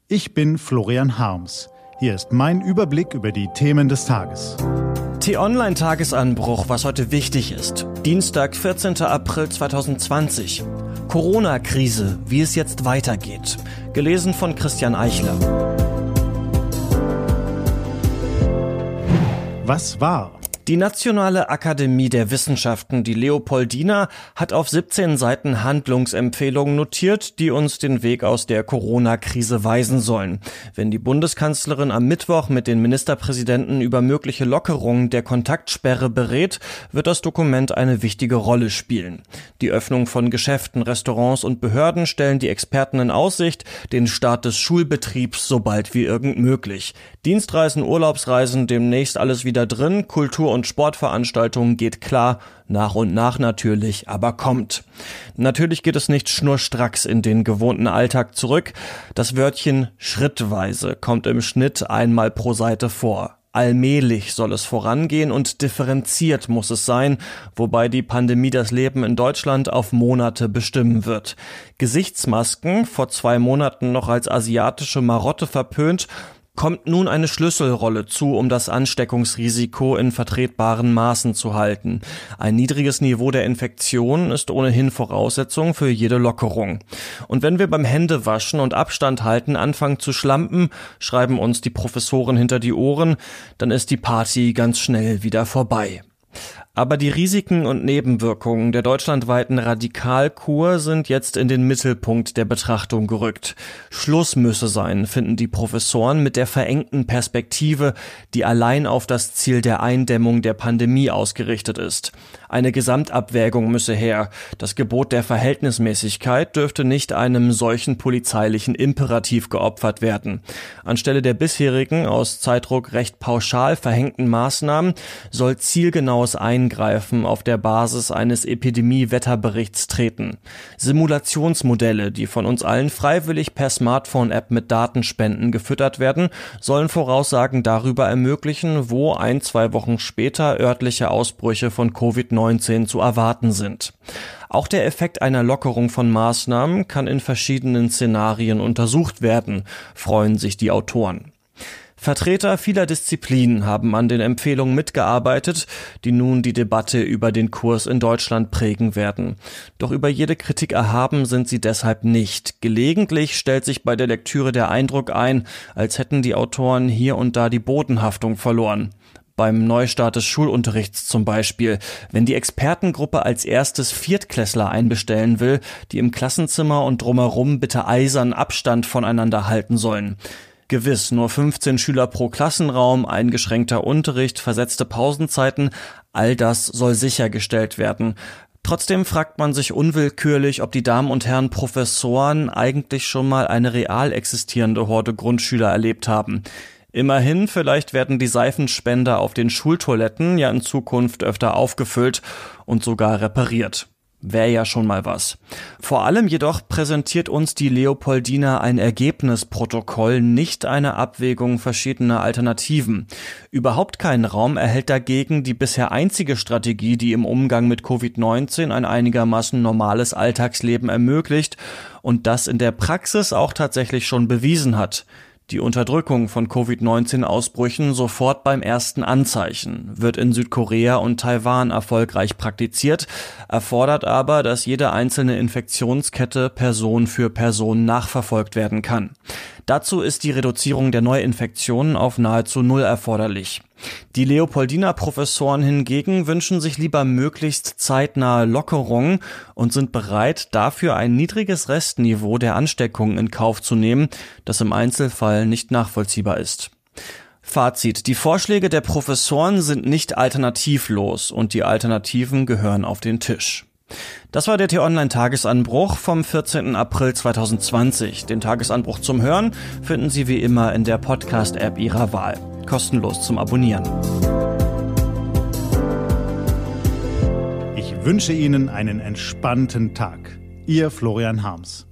Ich bin Florian Harms. Hier ist mein Überblick über die Themen des Tages. T-Online-Tagesanbruch, was heute wichtig ist. Dienstag, 14. April 2020. Corona-Krise, wie es jetzt weitergeht. Gelesen von Christian Eichler. Was war? Die Nationale Akademie der Wissenschaften, die Leopoldina, hat auf 17 Seiten Handlungsempfehlungen notiert, die uns den Weg aus der Corona-Krise weisen sollen. Wenn die Bundeskanzlerin am Mittwoch mit den Ministerpräsidenten über mögliche Lockerungen der Kontaktsperre berät, wird das Dokument eine wichtige Rolle spielen. Die Öffnung von Geschäften, Restaurants und Behörden stellen die Experten in Aussicht, den Start des Schulbetriebs so bald wie irgend möglich. Dienstreisen, Urlaubsreisen, demnächst alles wieder drin, Kultur- und Sportveranstaltungen geht klar, nach und nach natürlich, aber kommt. Natürlich geht es nicht schnurstracks in den gewohnten Alltag zurück. Das Wörtchen schrittweise kommt im Schnitt einmal pro Seite vor. Allmählich soll es vorangehen und differenziert muss es sein, wobei die Pandemie das Leben in Deutschland auf Monate bestimmen wird. Gesichtsmasken, vor 2 Monaten noch als asiatische Marotte verpönt, kommt nun eine Schlüsselrolle zu, um das Ansteckungsrisiko in vertretbaren Maßen zu halten. Ein niedriges Niveau der Infektion ist ohnehin Voraussetzung für jede Lockerung. Und wenn wir beim Händewaschen und Abstand halten anfangen zu schlampen, schreiben uns die Professoren hinter die Ohren, dann ist die Party ganz schnell wieder vorbei. Aber die Risiken und Nebenwirkungen der deutschlandweiten Radikalkur sind jetzt in den Mittelpunkt der Betrachtung gerückt. Schluss müsse sein, finden die Professoren, mit der verengten Perspektive, die allein auf das Ziel der Eindämmung der Pandemie ausgerichtet ist. Eine Gesamtabwägung müsse her. Das Gebot der Verhältnismäßigkeit dürfte nicht einem solchen polizeilichen Imperativ geopfert werden. Anstelle der bisherigen, aus Zeitdruck recht pauschal verhängten Maßnahmen soll zielgenaues Eingreifen auf der Basis eines Epidemie-Wetterberichts treten. Simulationsmodelle, die von uns allen freiwillig per Smartphone-App mit Datenspenden gefüttert werden, sollen Voraussagen darüber ermöglichen, wo 1-2 Wochen später örtliche Ausbrüche von Covid-19 zu erwarten sind. Auch der Effekt einer Lockerung von Maßnahmen kann in verschiedenen Szenarien untersucht werden, freuen sich die Autoren. Vertreter vieler Disziplinen haben an den Empfehlungen mitgearbeitet, die nun die Debatte über den Kurs in Deutschland prägen werden. Doch über jede Kritik erhaben sind sie deshalb nicht. Gelegentlich stellt sich bei der Lektüre der Eindruck ein, als hätten die Autoren hier und da die Bodenhaftung verloren. Beim Neustart des Schulunterrichts zum Beispiel, wenn die Expertengruppe als erstes Viertklässler einbestellen will, die im Klassenzimmer und drumherum bitte eisern Abstand voneinander halten sollen. Gewiss, nur 15 Schüler pro Klassenraum, eingeschränkter Unterricht, versetzte Pausenzeiten, all das soll sichergestellt werden. Trotzdem fragt man sich unwillkürlich, ob die Damen und Herren Professoren eigentlich schon mal eine real existierende Horde Grundschüler erlebt haben. Immerhin, vielleicht werden die Seifenspender auf den Schultoiletten ja in Zukunft öfter aufgefüllt und sogar repariert. Wäre ja schon mal was. Vor allem jedoch präsentiert uns die Leopoldina ein Ergebnisprotokoll, nicht eine Abwägung verschiedener Alternativen. Überhaupt keinen Raum erhält dagegen die bisher einzige Strategie, die im Umgang mit Covid-19 ein einigermaßen normales Alltagsleben ermöglicht und das in der Praxis auch tatsächlich schon bewiesen hat. Die Unterdrückung von Covid-19-Ausbrüchen sofort beim ersten Anzeichen wird in Südkorea und Taiwan erfolgreich praktiziert, erfordert aber, dass jede einzelne Infektionskette Person für Person nachverfolgt werden kann. Dazu ist die Reduzierung der Neuinfektionen auf nahezu null erforderlich. Die Leopoldina-Professoren hingegen wünschen sich lieber möglichst zeitnahe Lockerungen und sind bereit, dafür ein niedriges Restniveau der Ansteckungen in Kauf zu nehmen, das im Einzelfall nicht nachvollziehbar ist. Fazit: Die Vorschläge der Professoren sind nicht alternativlos und die Alternativen gehören auf den Tisch. Das war der T-Online-Tagesanbruch vom 14. April 2020. Den Tagesanbruch zum Hören finden Sie wie immer in der Podcast-App Ihrer Wahl. Kostenlos zum Abonnieren. Ich wünsche Ihnen einen entspannten Tag. Ihr Florian Harms.